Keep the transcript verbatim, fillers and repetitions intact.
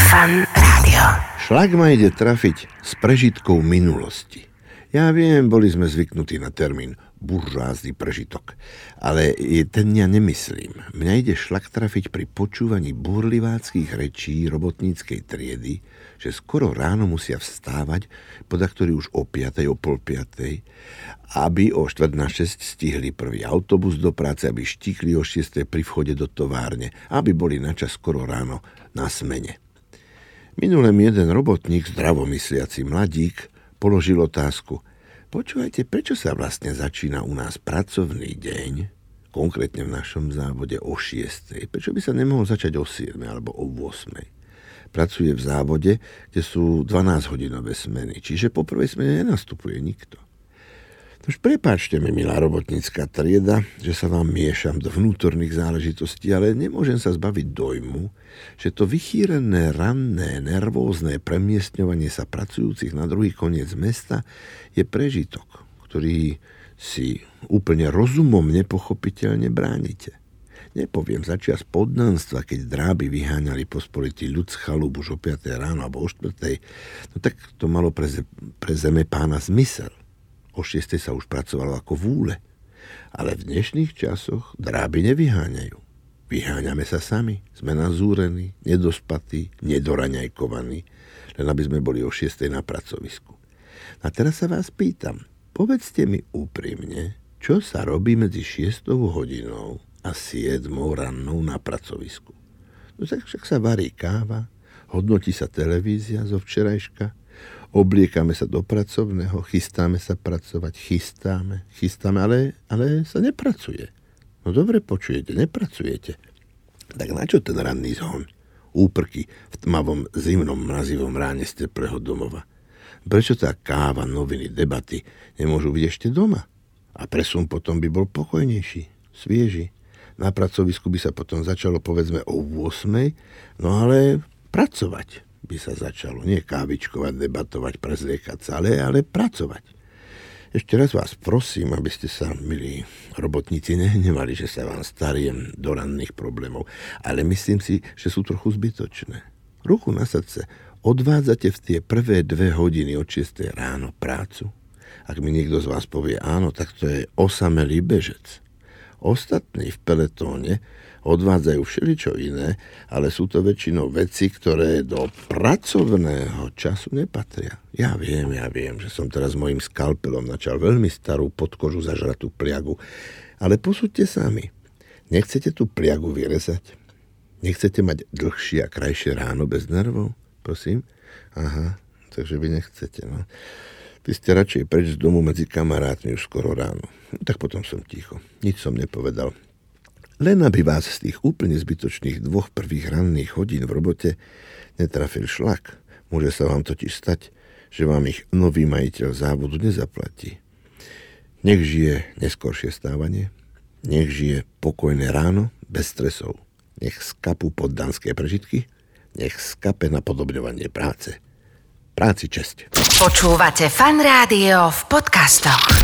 Fan Rádio. Šlak ma ide trafiť s prežitkou minulosti. Ja viem, boli sme zvyknutí na termín buržoázny prežitok, ale ten ja nemyslím. Mňa ide šlak trafiť pri počúvaní burliváckých rečí robotníckej triedy, že skoro ráno musia vstávať, podaktori už o piatej, o pol piatej, aby o štvrť na šesť stihli prvý autobus do práce, aby štíkli o šiestej pri vchode do továrne, aby boli načas skoro ráno na smene. Minule mi jeden robotník, zdravomysliaci mladík, položil otázku: počúvajte, prečo sa vlastne začína u nás pracovný deň, konkrétne v našom závode o šiestej? Prečo by sa nemohol začať o siedmej alebo o ôsmej? Pracuje v závode, kde sú dvanásťhodinové smeny, čiže po prvej smene nenastupuje nikto. Už prepáčte mi, milá robotnícka trieda, že sa vám miešam do vnútorných záležitostí, ale nemôžem sa zbaviť dojmu, že to vychýrené, ranné, nervózne premiestňovanie sa pracujúcich na druhý koniec mesta je prežitok, ktorý si úplne rozumom nepochopiteľne bránite. Nepoviem začias poddánstva, keď dráby vyháňali pospolitý ľud z chalúb už o piatej ráno alebo o štvrtej, no tak to malo pre, pre zeme pána zmysel. O šiestej sa už pracovalo ako v úle. Ale v dnešných časoch dráby nevyháňajú. Vyháňame sa sami. Sme nazúrení, nedospatí, nedoraňajkovaní, len aby sme boli o šiestej na pracovisku. A teraz sa vás pýtam, povedzte mi úprimne, čo sa robí medzi šiestou hodinou a siedmou rannou na pracovisku. No tak však sa varí káva, hodnotí sa televízia zo včerajška, obliekame sa do pracovného, chystáme sa pracovať, chystáme, chystáme, ale, ale sa nepracuje. No dobre počujete, nepracujete. Tak na čo ten ranný zhon? Úprky v tmavom, zimnom, mrazivom ráne z teplého domova. Prečo tá káva, noviny, debaty nemôžu byť ešte doma? A presun potom by bol pokojnejší, svieži. Na pracovisku by sa potom začalo povedzme o ôsmej, no ale pracovať by sa začalo. Nie kávičkovať, debatovať, prezliekať sa, ale, ale pracovať. Ešte raz vás prosím, aby ste sa, milí robotníci, nehnevali, že sa vám stariem do ranných problémov, ale myslím si, že sú trochu zbytočné. Ruku na srdce, odvádzate v tie prvé dve hodiny od šiestej ráno prácu? Ak mi niekto z vás povie áno, tak to je osamelý bežec. Ostatní v peletóne odvádzajú všeličo iné, ale sú to väčšinou veci, ktoré do pracovného času nepatria. Ja viem, ja viem, že som teraz mojim skalpelom načal veľmi starú podkožu zažratú pliagu, ale posúďte sami. Nechcete tú pliagu vyrezať? Nechcete mať dlhšie a krajšie ráno bez nervov? Prosím? Aha, takže vy nechcete, no. Vy ste radšej preč z domu medzi kamarátmi už skoro ráno. No, tak potom som ticho. Nič som nepovedal. Len aby vás z tých úplne zbytočných dvoch prvých ranných hodín v robote netrafil šlak. Môže sa vám totiž stať, že vám ich nový majiteľ závodu nezaplatí. Nech žije neskoršie stávanie, nech žije pokojné ráno bez stresov. Nech skapú poddánske prežitky, nech skape napodobňovanie práce. Práci česť. Počúvate Fan Rádio v podcastoch.